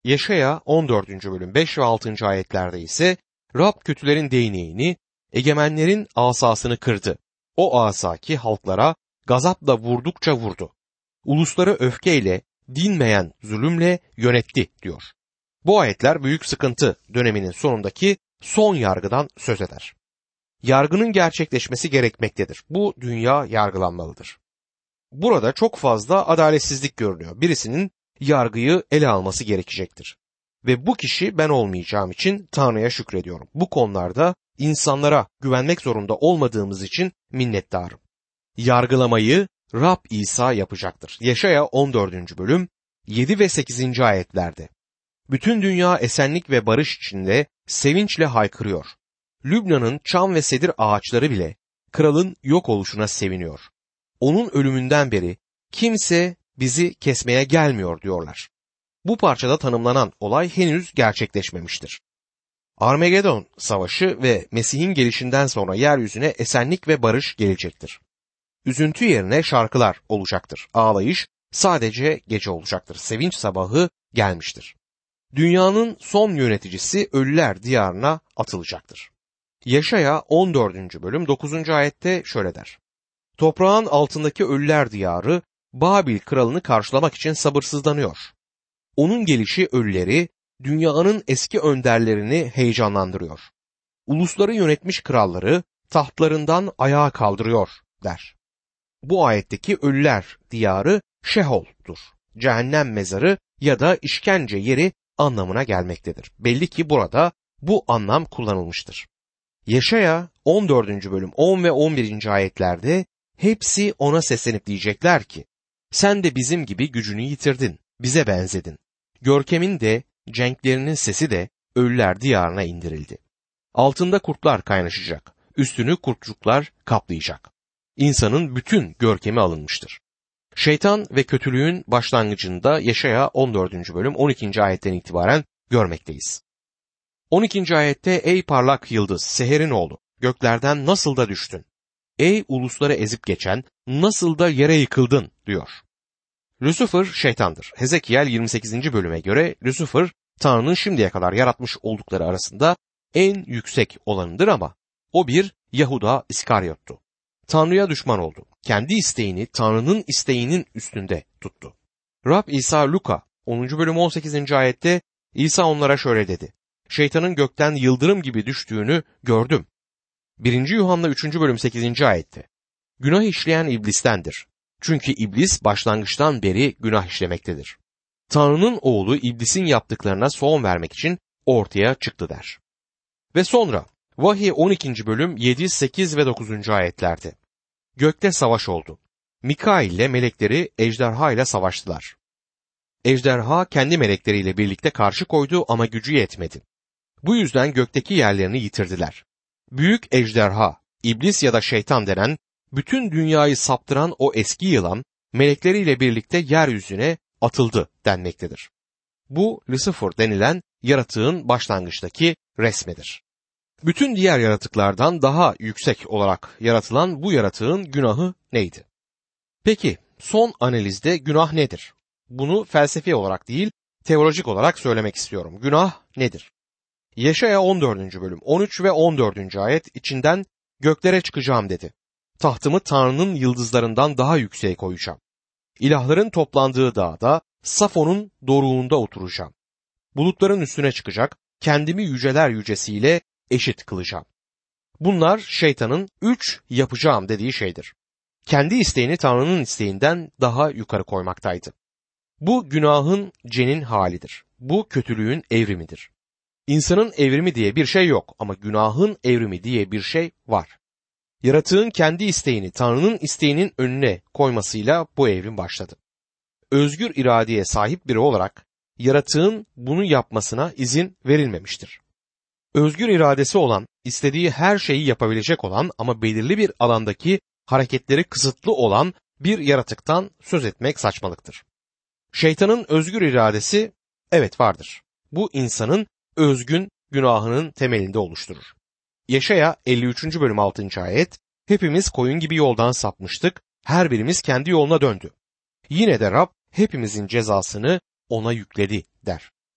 Yeşaya 14. bölüm 5 ve 6. ayetlerde ise Rab kötülerin değneğini, egemenlerin asasını kırdı. O asa ki halklara gazapla vurdukça vurdu. Ulusları öfkeyle, dinmeyen zulümle yönetti diyor. Bu ayetler büyük sıkıntı döneminin sonundaki son yargıdan söz eder. Yargının gerçekleşmesi gerekmektedir. Bu dünya yargılanmalıdır. Burada çok fazla adaletsizlik görünüyor. Birisinin yargıyı ele alması gerekecektir. Ve bu kişi ben olmayacağım için Tanrı'ya şükrediyorum. Bu konularda insanlara güvenmek zorunda olmadığımız için minnettarım. Yargılamayı Rab İsa yapacaktır. Yeşaya 14. bölüm 7 ve 8. ayetlerde. Bütün dünya esenlik ve barış içinde sevinçle haykırıyor. Lübnan'ın çam ve sedir ağaçları bile kralın yok oluşuna seviniyor. Onun ölümünden beri kimse bizi kesmeye gelmiyor diyorlar. Bu parçada tanımlanan olay henüz gerçekleşmemiştir. Armagedon savaşı ve Mesih'in gelişinden sonra yeryüzüne esenlik ve barış gelecektir. Üzüntü yerine şarkılar olacaktır. Ağlayış sadece gece olacaktır. Sevinç sabahı gelmiştir. Dünyanın son yöneticisi ölüler diyarına atılacaktır. Yeşaya 14. bölüm 9. ayette şöyle der. Toprağın altındaki ölüler diyarı Babil kralını karşılamak için sabırsızlanıyor. Onun gelişi ölüleri, dünyanın eski önderlerini heyecanlandırıyor. Ulusları yönetmiş kralları tahtlarından ayağa kaldırıyor der. Bu ayetteki ölüler diyarı Şehol'dur. Cehennem mezarı ya da işkence yeri anlamına gelmektedir. Belli ki burada bu anlam kullanılmıştır. Yeşaya 14. bölüm 10 ve 11. ayetlerde hepsi ona seslenip diyecekler ki, sen de bizim gibi gücünü yitirdin, bize benzedin. Görkemin de, cenklerinin sesi de ölüler diyarına indirildi. Altında kurtlar kaynaşacak, üstünü kurtçuklar kaplayacak. İnsanın bütün görkemi alınmıştır. Şeytan ve kötülüğün başlangıcında Yeşaya 14. bölüm 12. ayetten itibaren görmekteyiz. 12. ayette ey parlak yıldız, Seher'in oğlu, göklerden nasıl da düştün? Ey ulusları ezip geçen, nasıl da yere yıkıldın diyor. Lucifer şeytandır. Hezekiel 28. bölüme göre Lucifer Tanrı'nın şimdiye kadar yaratmış oldukları arasında en yüksek olanıdır ama o bir Yahuda İskaryot'tu. Tanrı'ya düşman oldu. Kendi isteğini Tanrı'nın isteğinin üstünde tuttu. Rab İsa Luka 10. bölüm 18. ayette İsa onlara şöyle dedi. Şeytanın gökten yıldırım gibi düştüğünü gördüm. 1. Yuhanna 3. bölüm 8. ayette. Günah işleyen iblistendir. Çünkü iblis başlangıçtan beri günah işlemektedir. Tanrı'nın oğlu iblisin yaptıklarına son vermek için ortaya çıktı der. Ve sonra Vahiy 12. bölüm 7, 8 ve 9. ayetlerde. Gökte savaş oldu. Mikail ile melekleri ejderha ile savaştılar. Ejderha kendi melekleriyle birlikte karşı koydu ama gücü yetmedi. Bu yüzden gökteki yerlerini yitirdiler. Büyük ejderha, iblis ya da şeytan denen bütün dünyayı saptıran o eski yılan melekleriyle birlikte yeryüzüne atıldı denmektedir. Bu Lucifer denilen yaratığın başlangıçtaki resmidir. Bütün diğer yaratıklardan daha yüksek olarak yaratılan bu yaratığın günahı neydi? Peki son analizde günah nedir? Bunu felsefi olarak değil, teolojik olarak söylemek istiyorum. Günah nedir? Yeşaya 14. bölüm 13 ve 14. ayet içinden göklere çıkacağım dedi. Tahtımı Tanrı'nın yıldızlarından daha yükseğe koyacağım. İlahların toplandığı dağda Safon'un doruğunda oturacağım. Bulutların üstüne çıkacak, kendimi yüceler yücesiyle eşit kılacağım. Bunlar şeytanın 3 yapacağım dediği şeydir. Kendi isteğini Tanrı'nın isteğinden daha yukarı koymaktaydı. Bu günahın cenin halidir. Bu kötülüğün evrimidir. İnsanın evrimi diye bir şey yok ama günahın evrimi diye bir şey var. Yaratığın kendi isteğini Tanrı'nın isteğinin önüne koymasıyla bu evrim başladı. Özgür iradeye sahip biri olarak yaratığın bunu yapmasına izin verilmemiştir. Özgür iradesi olan, istediği her şeyi yapabilecek olan ama belirli bir alandaki hareketleri kısıtlı olan bir yaratıktan söz etmek saçmalıktır. Şeytanın özgür iradesi evet vardır. Bu insanın özgün günahının temelinde oluşturur. Yeşaya 53. bölüm 6. ayet, hepimiz koyun gibi yoldan sapmıştık, her birimiz kendi yoluna döndü. Yine de Rab hepimizin cezasını ona yükledi der.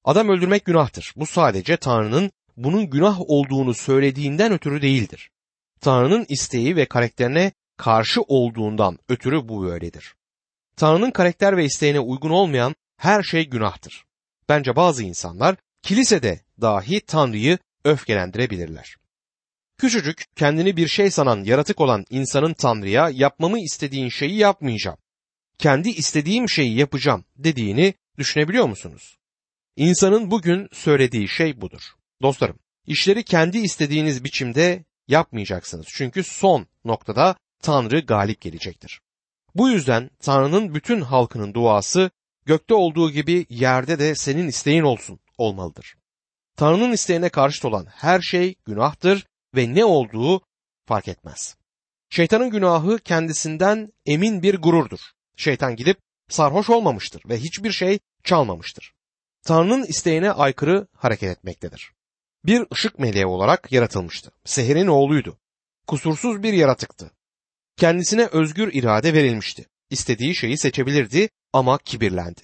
Adam öldürmek günahtır. Bu sadece Tanrı'nın bunun günah olduğunu söylediğinden ötürü değildir. Tanrı'nın isteği ve karakterine karşı olduğundan ötürü bu böyledir. Tanrı'nın karakter ve isteğine uygun olmayan her şey günahtır. Bence bazı insanlar kilisede dahi Tanrı'yı öfkelendirebilirler. Küçücük, kendini bir şey sanan yaratık olan insanın Tanrı'ya yapmamı istediğin şeyi yapmayacağım, kendi istediğim şeyi yapacağım dediğini düşünebiliyor musunuz? İnsanın bugün söylediği şey budur. Dostlarım, işleri kendi istediğiniz biçimde yapmayacaksınız. Çünkü son noktada Tanrı galip gelecektir. Bu yüzden Tanrı'nın bütün halkının duası gökte olduğu gibi yerde de senin isteğin olsun olmalıdır. Tanrı'nın isteğine karşıt olan her şey günahtır ve ne olduğu fark etmez. Şeytanın günahı kendisinden emin bir gururdur. Şeytan gidip sarhoş olmamıştır ve hiçbir şey çalmamıştır. Tanrı'nın isteğine aykırı hareket etmektedir. Bir ışık meleği olarak yaratılmıştı. Seher'in oğluydu. Kusursuz bir yaratıktı. Kendisine özgür irade verilmişti. İstediği şeyi seçebilirdi ama kibirlendi.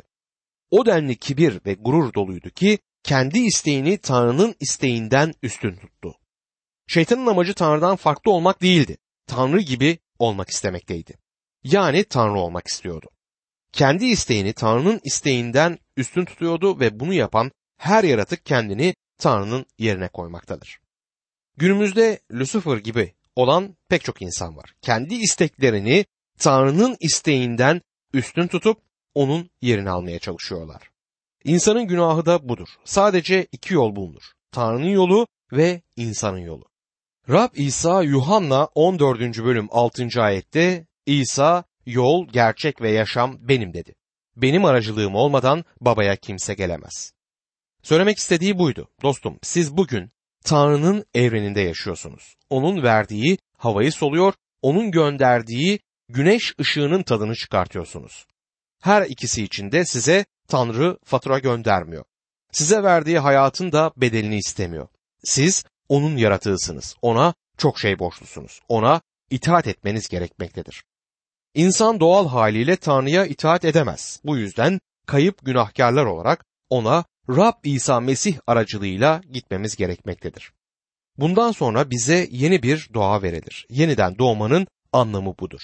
O denli kibir ve gurur doluydu ki kendi isteğini Tanrı'nın isteğinden üstün tuttu. Şeytanın amacı Tanrı'dan farklı olmak değildi. Tanrı gibi olmak istemekteydi. Yani Tanrı olmak istiyordu. Kendi isteğini Tanrı'nın isteğinden üstün tutuyordu ve bunu yapan her yaratık kendini Tanrı'nın yerine koymaktadır. Günümüzde Lucifer gibi olan pek çok insan var. Kendi isteklerini Tanrı'nın isteğinden üstün tutup onun yerini almaya çalışıyorlar. İnsanın günahı da budur. Sadece iki yol bulunur. Tanrı'nın yolu ve insanın yolu. Rab İsa Yuhanna 14. bölüm 6. ayette İsa yol, gerçek ve yaşam benim dedi. Benim aracılığım olmadan babaya kimse gelemez. Söylemek istediği buydu. Dostum, siz bugün Tanrı'nın evreninde yaşıyorsunuz. Onun verdiği havayı soluyor, onun gönderdiği güneş ışığının tadını çıkartıyorsunuz. Her ikisi için de size Tanrı fatura göndermiyor. Size verdiği hayatın da bedelini istemiyor. Siz onun yaratığısınız. Ona çok şey borçlusunuz. Ona itaat etmeniz gerekmektedir. İnsan doğal haliyle Tanrı'ya itaat edemez. Bu yüzden kayıp günahkarlar olarak ona Rab İsa Mesih aracılığıyla gitmemiz gerekmektedir. Bundan sonra bize yeni bir doğa verilir. Yeniden doğmanın anlamı budur.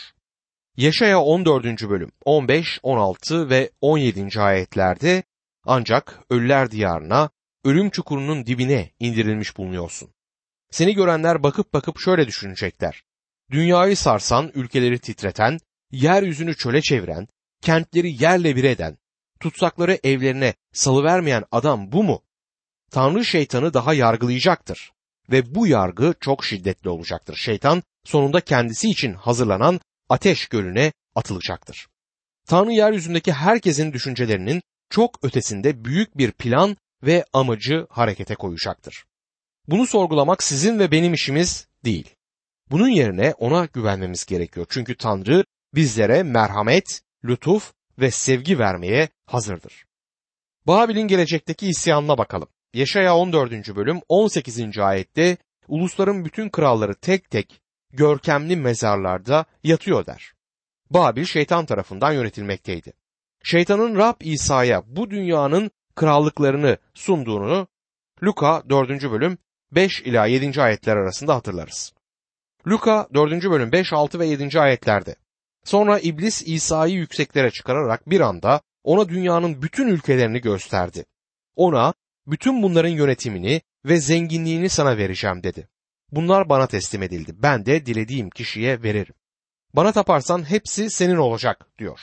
Yeşaya 14. bölüm 15, 16 ve 17. ayetlerde ancak ölüler diyarına, ölüm çukurunun dibine indirilmiş bulunuyorsun. Seni görenler bakıp bakıp şöyle düşünecekler. Dünyayı sarsan, ülkeleri titreten, yeryüzünü çöle çeviren, kentleri yerle bir eden, tutsakları evlerine salıvermeyen adam bu mu? Tanrı şeytanı daha yargılayacaktır ve bu yargı çok şiddetli olacaktır. Şeytan sonunda kendisi için hazırlanan ateş gölüne atılacaktır. Tanrı yeryüzündeki herkesin düşüncelerinin çok ötesinde büyük bir plan ve amacı harekete koyacaktır. Bunu sorgulamak sizin ve benim işimiz değil. Bunun yerine ona güvenmemiz gerekiyor. Çünkü Tanrı bizlere merhamet, lütuf ve sevgi vermeye hazırdır. Babil'in gelecekteki isyanına bakalım. Yeşaya 14. bölüm 18. ayette ulusların bütün kralları tek tek görkemli mezarlarda yatıyor der. Babil şeytan tarafından yönetilmekteydi. Şeytanın Rab İsa'ya bu dünyanın krallıklarını sunduğunu Luka 4. bölüm 5 ila 7. ayetler arasında hatırlarız. Luka 4. bölüm 5, 6 ve 7. ayetlerde. Sonra iblis İsa'yı yükseklere çıkararak bir anda ona dünyanın bütün ülkelerini gösterdi. Ona bütün bunların yönetimini ve zenginliğini sana vereceğim dedi. Bunlar bana teslim edildi. Ben de dilediğim kişiye veririm. Bana taparsan hepsi senin olacak diyor.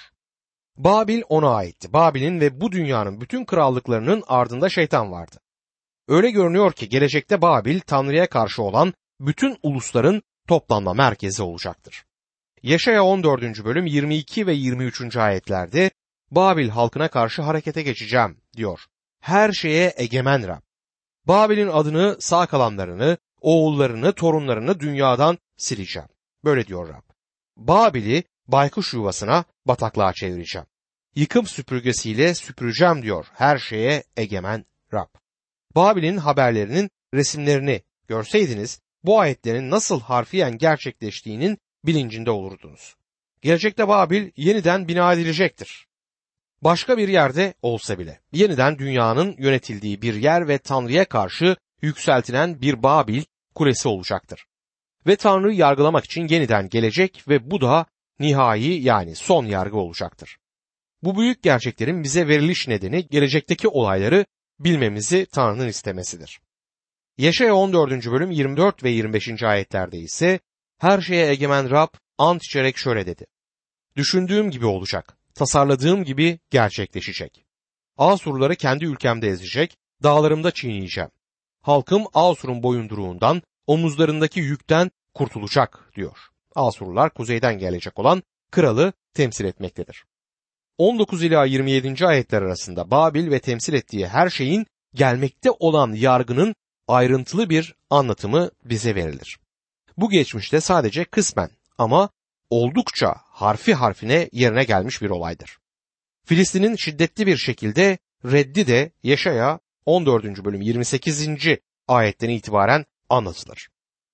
Babil ona aitti. Babil'in ve bu dünyanın bütün krallıklarının ardında şeytan vardı. Öyle görünüyor ki gelecekte Babil Tanrı'ya karşı olan bütün ulusların toplanma merkezi olacaktır. Yeşaya 14. bölüm 22 ve 23. ayetlerde Babil halkına karşı harekete geçeceğim diyor. Her şeye egemen Rab. Babil'in adını, sağ kalanlarını, oğullarını, torunlarını dünyadan sileceğim. Böyle diyor Rab. Babil'i baykuş yuvasına, bataklığa çevireceğim. Yıkım süpürgesiyle süpüreceğim diyor her şeye egemen Rab. Babil'in haberlerinin resimlerini görseydiniz bu ayetlerin nasıl harfiyen gerçekleştiğinin bilincinde olurdunuz. Gelecekte Babil yeniden bina edilecektir. Başka bir yerde olsa bile yeniden dünyanın yönetildiği bir yer ve Tanrı'ya karşı yükseltilen bir Babil kulesi olacaktır. Ve Tanrı yargılamak için yeniden gelecek ve bu da nihai yani son yargı olacaktır. Bu büyük gerçeklerin bize veriliş nedeni gelecekteki olayları bilmemizi Tanrı'nın istemesidir. Yeşaya 14. bölüm 24 ve 25. ayetlerde ise her şeye egemen Rab ant içerek şöyle dedi. Düşündüğüm gibi olacak, tasarladığım gibi gerçekleşecek. Asurları kendi ülkemde ezecek, dağlarımda çiğneyeceğim. Halkım Asur'un boyunduruğundan, omuzlarındaki yükten kurtulacak diyor. Asurlular kuzeyden gelecek olan kralı temsil etmektedir. 19 ila 27. ayetler arasında Babil ve temsil ettiği her şeyin gelmekte olan yargının ayrıntılı bir anlatımı bize verilir. Bu geçmişte sadece kısmen ama oldukça harfi harfine yerine gelmiş bir olaydır. Filistin'in şiddetli bir şekilde reddi de Yeşaya 14. bölüm 28. ayetten itibaren anlatılır.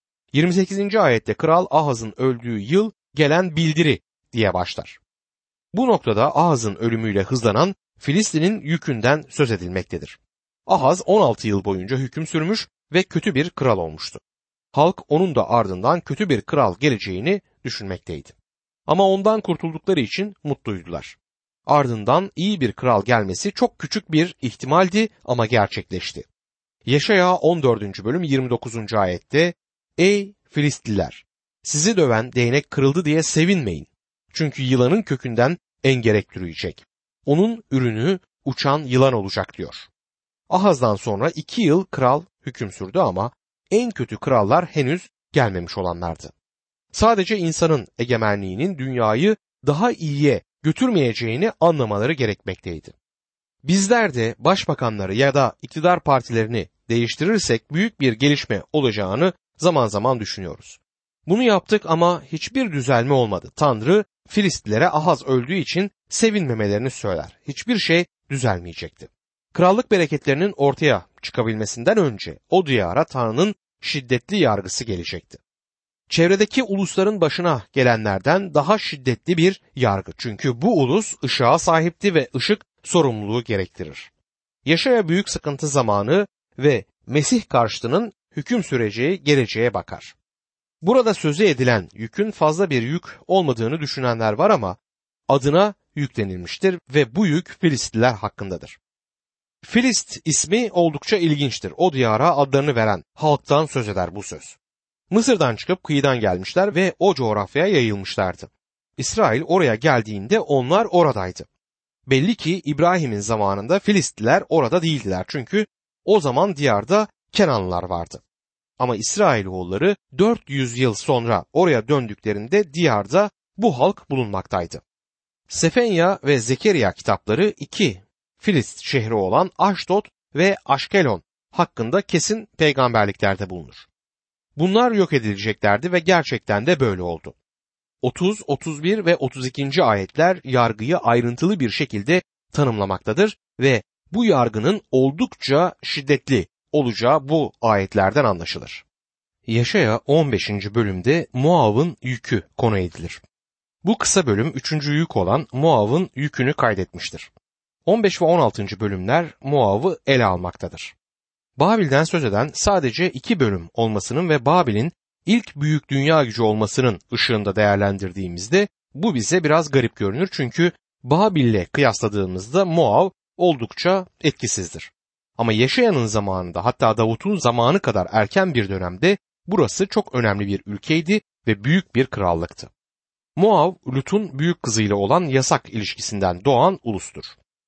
28. ayette Kral Ahaz'ın öldüğü yıl gelen bildiri diye başlar. Bu noktada Ahaz'ın ölümüyle hızlanan Filistin'in yükünden söz edilmektedir. Ahaz 16 yıl boyunca hüküm sürmüş ve kötü bir kral olmuştu. Halk onun da ardından kötü bir kral geleceğini düşünmekteydi. Ama ondan kurtuldukları için mutluydular. Ardından iyi bir kral gelmesi çok küçük bir ihtimaldi ama gerçekleşti. Yeşaya 14. bölüm 29. ayette Ey Filistliler! Sizi döven değnek kırıldı diye sevinmeyin. Çünkü yılanın kökünden engerek türüyecek. Onun ürünü uçan yılan olacak diyor. Ahaz'dan sonra 2 yıl kral hüküm sürdü ama en kötü krallar henüz gelmemiş olanlardı. Sadece insanın egemenliğinin dünyayı daha iyiye götürmeyeceğini anlamaları gerekmekteydi. Bizler de başbakanları ya da iktidar partilerini değiştirirsek büyük bir gelişme olacağını zaman zaman düşünüyoruz. Bunu yaptık ama hiçbir düzelme olmadı. Tanrı Filistlilere Ahaz öldüğü için sevinmemelerini söyler. Hiçbir şey düzelmeyecekti. Krallık bereketlerinin ortaya çıkabilmesinden önce o diyara Tanrı'nın şiddetli yargısı gelecekti. Çevredeki ulusların başına gelenlerden daha şiddetli bir yargı. Çünkü bu ulus ışığa sahipti ve ışık sorumluluğu gerektirir. Yeşaya büyük sıkıntı zamanı ve Mesih karşıtının hüküm süreceği geleceğe bakar. Burada sözü edilen yükün fazla bir yük olmadığını düşünenler var ama adına yüklenilmiştir ve bu yük Filistliler hakkındadır. Filist ismi oldukça ilginçtir. O diyara adlarını veren halktan söz eder bu söz. Mısır'dan çıkıp kıyıdan gelmişler ve o coğrafyaya yayılmışlardı. İsrail oraya geldiğinde onlar oradaydı. Belli ki İbrahim'in zamanında Filistliler orada değildiler çünkü o zaman diyarda Kenanlılar vardı. Ama İsrailoğulları 400 yıl sonra oraya döndüklerinde diyarda bu halk bulunmaktaydı. Sefenya ve Zekeriya kitapları 2 Filist şehri olan Aşdod ve Aşkelon hakkında kesin peygamberliklerde bulunur. Bunlar yok edileceklerdi ve gerçekten de böyle oldu. 30, 31 ve 32. ayetler yargıyı ayrıntılı bir şekilde tanımlamaktadır ve bu yargının oldukça şiddetli olacağı bu ayetlerden anlaşılır. Yaşaya 15. bölümde Moav'ın yükü konu edilir. Bu kısa bölüm 3. yük olan Moav'ın yükünü kaydetmiştir. 15 ve 16. bölümler Moav'ı ele almaktadır. Babil'den söz eden sadece 2 bölüm olmasının ve Babil'in ilk büyük dünya gücü olmasının ışığında değerlendirdiğimizde bu bize biraz garip görünür çünkü Babil'le kıyasladığımızda Moav oldukça etkisizdir. Ama Yeşaya'nın zamanında hatta Davut'un zamanı kadar erken bir dönemde burası çok önemli bir ülkeydi ve büyük bir krallıktı. Moav, Lut'un büyük kızıyla olan yasak ilişkisinden doğan ulustur.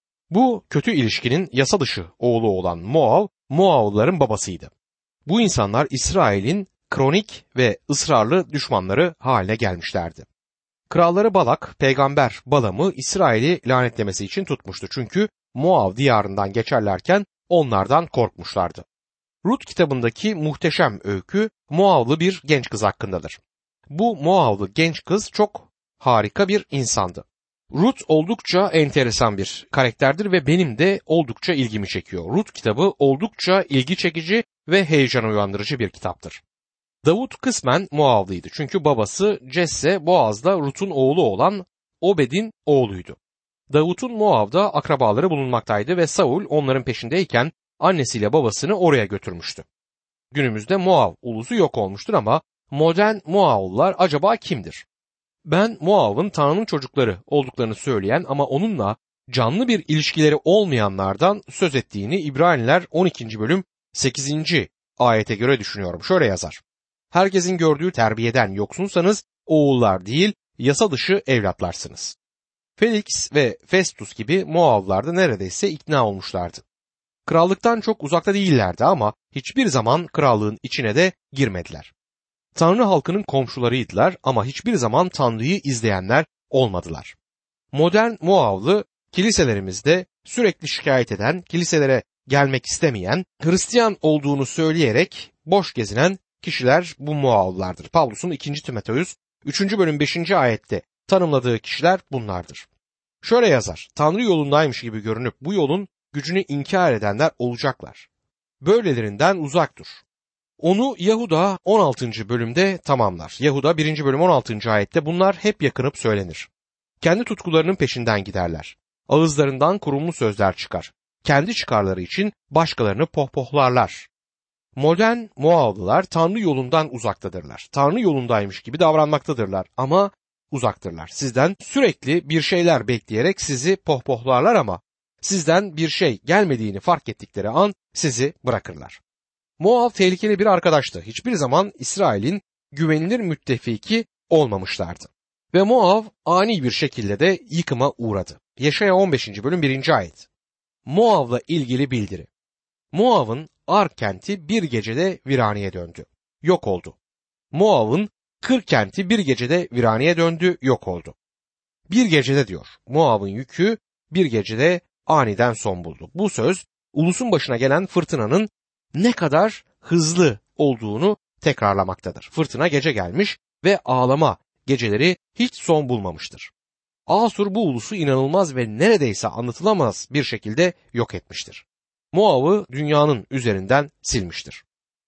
Bu kötü ilişkinin yasa dışı oğlu olan Moav, Moavlıların babasıydı. Bu insanlar İsrail'in kronik ve ısrarlı düşmanları haline gelmişlerdi. Kralları Balak, peygamber Balam'ı İsrail'i lanetlemesi için tutmuştu çünkü Moav diyarından geçerlerken onlardan korkmuşlardı. Rut kitabındaki muhteşem öykü Moavlı bir genç kız hakkındadır. Bu Moavlı genç kız çok harika bir insandı. Rut oldukça enteresan bir karakterdir ve benim de oldukça ilgimi çekiyor. Rut kitabı oldukça ilgi çekici ve heyecan uyandırıcı bir kitaptır. Davut kısmen Moavlıydı çünkü babası Cesse Boaz'da Rut'un oğlu olan Obed'in oğluydu. Davut'un Moav'da akrabaları bulunmaktaydı ve Saul onların peşindeyken annesiyle babasını oraya götürmüştü. Günümüzde Moav ulusu yok olmuştur ama modern Moavlılar acaba kimdir? Ben Moav'ın Tanrı'nın çocukları olduklarını söyleyen ama onunla canlı bir ilişkileri olmayanlardan söz ettiğini İbraniler 12. bölüm 8. ayete göre düşünüyorum. Şöyle yazar. Herkesin gördüğü terbiyeden yoksunsanız oğullar değil, yasa dışı evlatlarsınız. Felix ve Festus gibi Moavlılar da neredeyse ikna olmuşlardı. Krallıktan çok uzakta değillerdi ama hiçbir zaman krallığın içine de girmediler. Tanrı halkının komşularıydılar ama hiçbir zaman Tanrı'yı izleyenler olmadılar. Modern Moavlı kiliselerimizde sürekli şikayet eden, kiliselere gelmek istemeyen, Hristiyan olduğunu söyleyerek boş gezinen kişiler bu Moavlılardır. Pavlus'un 2. Timoteus 3. bölüm 5. ayette tanımladığı kişiler bunlardır. Şöyle yazar, Tanrı yolundaymış gibi görünüp bu yolun gücünü inkar edenler olacaklar. Böylelerinden uzak dur. Onu Yahuda 16. bölümde tamamlar. Yahuda 1. bölüm 16. ayette bunlar hep yakınıp söylenir. Kendi tutkularının peşinden giderler. Ağızlarından kurumlu sözler çıkar. Kendi çıkarları için başkalarını pohpohlarlar. Modern Moavlılar Tanrı yolundan uzaktadırlar. Tanrı yolundaymış gibi davranmaktadırlar ama uzaktırlar. Sizden sürekli bir şeyler bekleyerek sizi pohpohlarlar ama sizden bir şey gelmediğini fark ettikleri an sizi bırakırlar. Moav tehlikeli bir arkadaştı. Hiçbir zaman İsrail'in güvenilir müttefiki olmamışlardı. Ve Moav ani bir şekilde de yıkıma uğradı. Yeşaya 15. bölüm 1. ayet. Moav'la ilgili bildiri. Moav'ın Ar kenti bir gecede viraneye döndü. Yok oldu. Moav'ın Kır kenti bir gecede viraneye döndü. Yok oldu. Bir gecede diyor. Moav'ın yükü bir gecede aniden son buldu. Bu söz ulusun başına gelen fırtınanın ne kadar hızlı olduğunu tekrarlamaktadır. Fırtına gece gelmiş ve ağlama geceleri hiç son bulmamıştır. Asur bu ulusu inanılmaz ve neredeyse anlatılamaz bir şekilde yok etmiştir. Moav'ı dünyanın üzerinden silmiştir.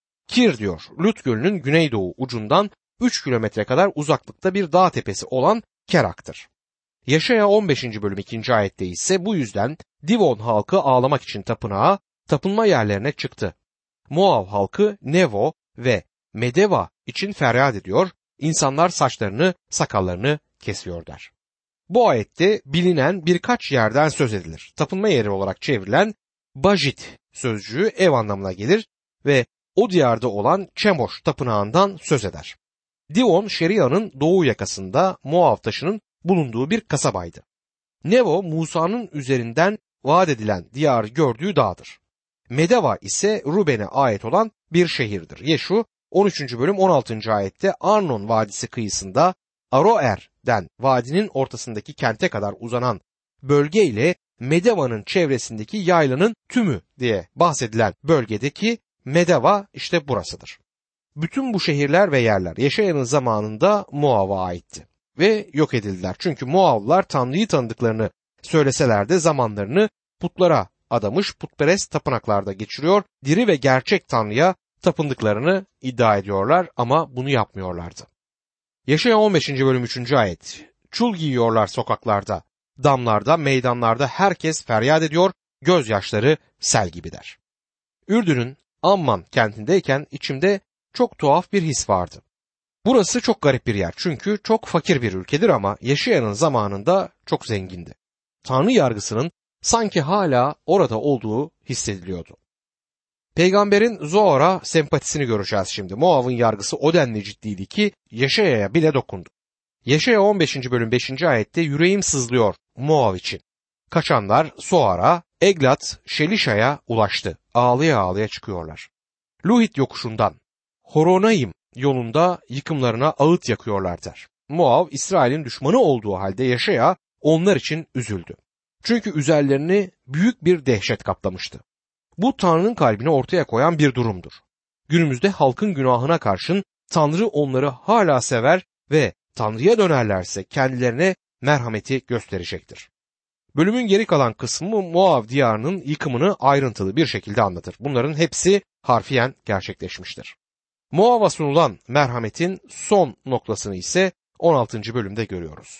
Kir diyor, Lut Gölü'nün güneydoğu ucundan 3 kilometre kadar uzaklıkta bir dağ tepesi olan Kerak'tır. Yeşaya 15. bölüm 2. ayette ise bu yüzden Divon halkı ağlamak için tapınağa, tapınma yerlerine çıktı. Moav halkı Nevo ve Medeva için feryat ediyor, insanlar saçlarını, sakallarını kesiyor der. Bu ayette bilinen birkaç yerden söz edilir. Tapınma yeri olarak çevrilen Bajit sözcüğü ev anlamına gelir ve o diyarda olan Çemoş tapınağından söz eder. Divon, Şeria'nın doğu yakasında Moav taşının bulunduğu bir kasabaydı. Nevo, Musa'nın üzerinden vaat edilen diyarı gördüğü dağdır. Medeva ise Ruben'e ait olan bir şehirdir. Yeşu 13. bölüm 16. ayette Arnon Vadisi kıyısında Aroer'den vadinin ortasındaki kente kadar uzanan bölge ile Medeva'nın çevresindeki yaylanın tümü diye bahsedilen bölgedeki Medeva işte burasıdır. Bütün bu şehirler ve yerler Yeşaya'nın zamanında Moav'a aitti ve yok edildiler. Çünkü Moavlılar Tanrı'yı tanıdıklarını söyleseler de zamanlarını putlara adamış, putperest tapınaklarda geçiriyor, diri ve gerçek Tanrı'ya tapındıklarını iddia ediyorlar ama bunu yapmıyorlardı. Yeşaya 15. bölüm 3. ayet. Çul giyiyorlar sokaklarda, damlarda, meydanlarda herkes feryat ediyor, gözyaşları sel gibi der. Ürdün'ün Amman kentindeyken içimde çok tuhaf bir his vardı. Burası çok garip bir yer çünkü çok fakir bir ülkedir ama Yeşaya'nın zamanında çok zengindi. Tanrı yargısının sanki hala orada olduğu hissediliyordu. Peygamberin Zohar'a sempatisini göreceğiz şimdi. Moav'ın yargısı o denli ciddiydi ki Yeşaya'ya bile dokundu. Yeşaya 15. bölüm 5. ayette yüreğim sızlıyor Moav için. Kaçanlar Zohar'a, Eglat, Şelişa'ya ulaştı. Ağlaya ağlaya çıkıyorlar. Luhit yokuşundan, Horonaim yolunda yıkımlarına ağıt yakıyorlar der. Moav, İsrail'in düşmanı olduğu halde Yeşaya onlar için üzüldü. Çünkü üzerlerini büyük bir dehşet kaplamıştı. Bu Tanrı'nın kalbini ortaya koyan bir durumdur. Günümüzde halkın günahına karşın Tanrı onları hala sever ve Tanrı'ya dönerlerse kendilerine merhameti gösterecektir. Bölümün geri kalan kısmı Moav diyarının yıkımını ayrıntılı bir şekilde anlatır. Bunların hepsi harfiyen gerçekleşmiştir. Moav'a sunulan merhametin son noktasını ise 16. bölümde görüyoruz.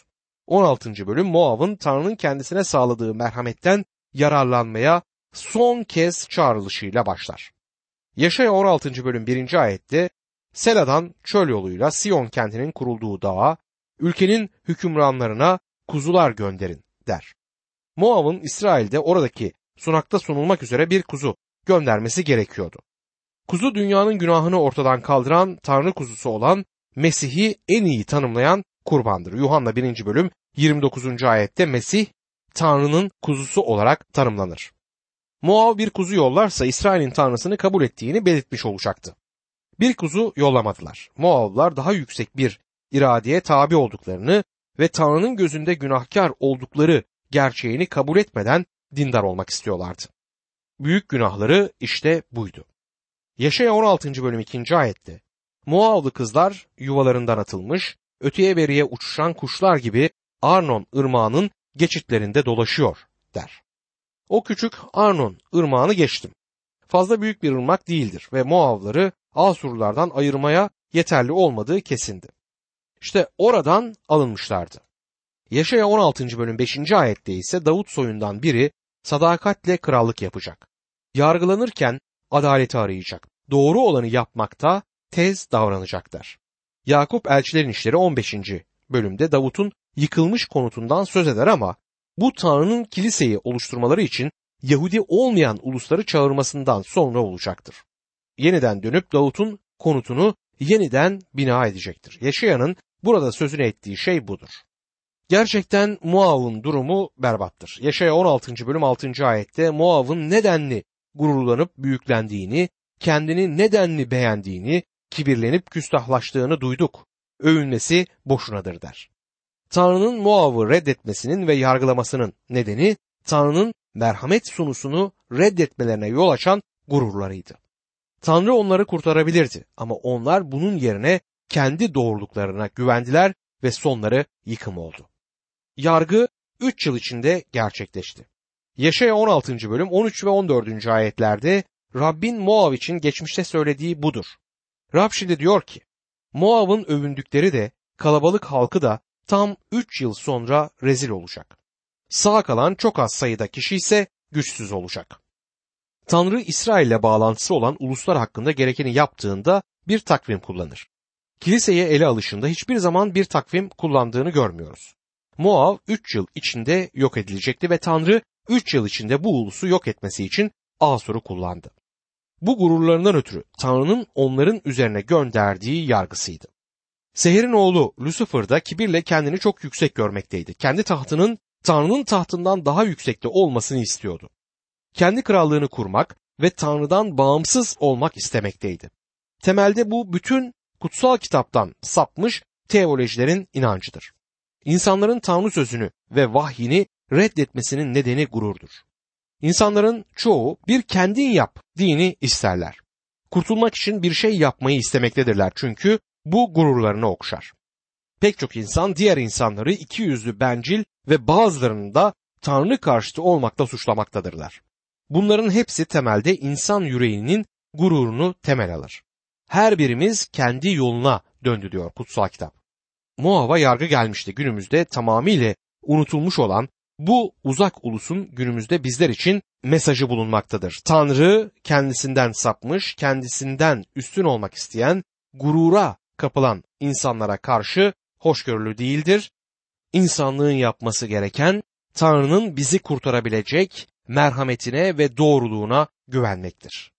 16. bölüm Moab'ın Tanrı'nın kendisine sağladığı merhametten yararlanmaya son kez çağrılışıyla başlar. Yaşaya 16. bölüm 1. ayette Sela'dan çöl yoluyla Siyon kentinin kurulduğu dağa, ülkenin hükümranlarına kuzular gönderin der. Moab'ın İsrail'de oradaki sunakta sunulmak üzere bir kuzu göndermesi gerekiyordu. Kuzu dünyanın günahını ortadan kaldıran Tanrı kuzusu olan Mesih'i en iyi tanımlayan kurbandır. Yuhanna 1. bölüm 29. ayette Mesih Tanrı'nın kuzusu olarak tanımlanır. Moab bir kuzu yollarsa İsrail'in Tanrısını kabul ettiğini belirtmiş olacaktı. Bir kuzu yollamadılar. Moablılar daha yüksek bir iradeye tabi olduklarını ve Tanrı'nın gözünde günahkar oldukları gerçeğini kabul etmeden dindar olmak istiyorlardı. Büyük günahları işte buydu. Yaşaya 16. bölüm 2. ayette Moablı kızlar yuvalarından atılmış, öteye beriye uçuşan kuşlar gibi Arnon ırmağının geçitlerinde dolaşıyor der. O küçük Arnon ırmağını geçtim. Fazla büyük bir ırmak değildir ve Moablıları Asurlulardan ayırmaya yeterli olmadığı kesindi. İşte oradan alınmışlardı. Yaşaya 16. bölüm 5. ayette ise Davut soyundan biri sadakatle krallık yapacak. Yargılanırken adaleti arayacak. Doğru olanı yapmakta tez davranacaklar. Yakup Elçilerin İşleri 15. bölümde Davut'un yıkılmış konutundan söz eder ama bu Tanrı'nın kiliseyi oluşturmaları için Yahudi olmayan ulusları çağırmasından sonra olacaktır. Yeniden dönüp Davut'un konutunu yeniden bina edecektir. Yaşayanın burada sözünü ettiği şey budur. Gerçekten Moab'ın durumu berbattır. Yaşaya 16. bölüm 6. ayette Moab'ın nedenli gururlanıp büyüklendiğini, kendini nedenli beğendiğini, kibirlenip küstahlaştığını duyduk. Övünmesi boşunadır der. Tanrı'nın Moab'ı reddetmesinin ve yargılamasının nedeni Tanrı'nın merhamet sunusunu reddetmelerine yol açan gururlarıydı. Tanrı onları kurtarabilirdi ama onlar bunun yerine kendi doğruluklarına güvendiler ve sonları yıkım oldu. Yargı 3 yıl içinde gerçekleşti. Yaşaya 16. bölüm 13 ve 14. ayetlerde Rabbin Moab için geçmişte söylediği budur. Rab şimdi diyor ki, Moab'ın övündükleri de kalabalık halkı da tam 3 yıl sonra rezil olacak. Sağ kalan çok az sayıda kişi ise güçsüz olacak. Tanrı İsrail'le bağlantısı olan uluslar hakkında gerekeni yaptığında bir takvim kullanır. Kiliseye ele alışında hiçbir zaman bir takvim kullandığını görmüyoruz. Moab 3 yıl içinde yok edilecekti ve Tanrı 3 yıl içinde bu ulusu yok etmesi için Asur'u kullandı. Bu gururlarından ötürü Tanrı'nın onların üzerine gönderdiği yargısıydı. Seher'in oğlu Lucifer da kibirle kendini çok yüksek görmekteydi. Kendi tahtının Tanrı'nın tahtından daha yüksekte olmasını istiyordu. Kendi krallığını kurmak ve Tanrı'dan bağımsız olmak istemekteydi. Temelde bu bütün kutsal kitaptan sapmış teolojilerin inancıdır. İnsanların Tanrı sözünü ve vahyini reddetmesinin nedeni gururdur. İnsanların çoğu bir kendin yap dini isterler. Kurtulmak için bir şey yapmayı istemektedirler çünkü bu gururlarını okşar. Pek çok insan diğer insanları ikiyüzlü, bencil ve bazılarını da Tanrı karşıtı olmakla suçlamaktadırlar. Bunların hepsi temelde insan yüreğinin gururunu temel alır. Her birimiz kendi yoluna döndü diyor kutsal kitap. Moab'a yargı gelmişti. Günümüzde tamamıyla unutulmuş olan bu uzak ulusun günümüzde bizler için mesajı bulunmaktadır. Tanrı kendisinden sapmış, kendisinden üstün olmak isteyen, gurura kapılan insanlara karşı hoşgörülü değildir. İnsanlığın yapması gereken Tanrı'nın bizi kurtarabilecek merhametine ve doğruluğuna güvenmektir.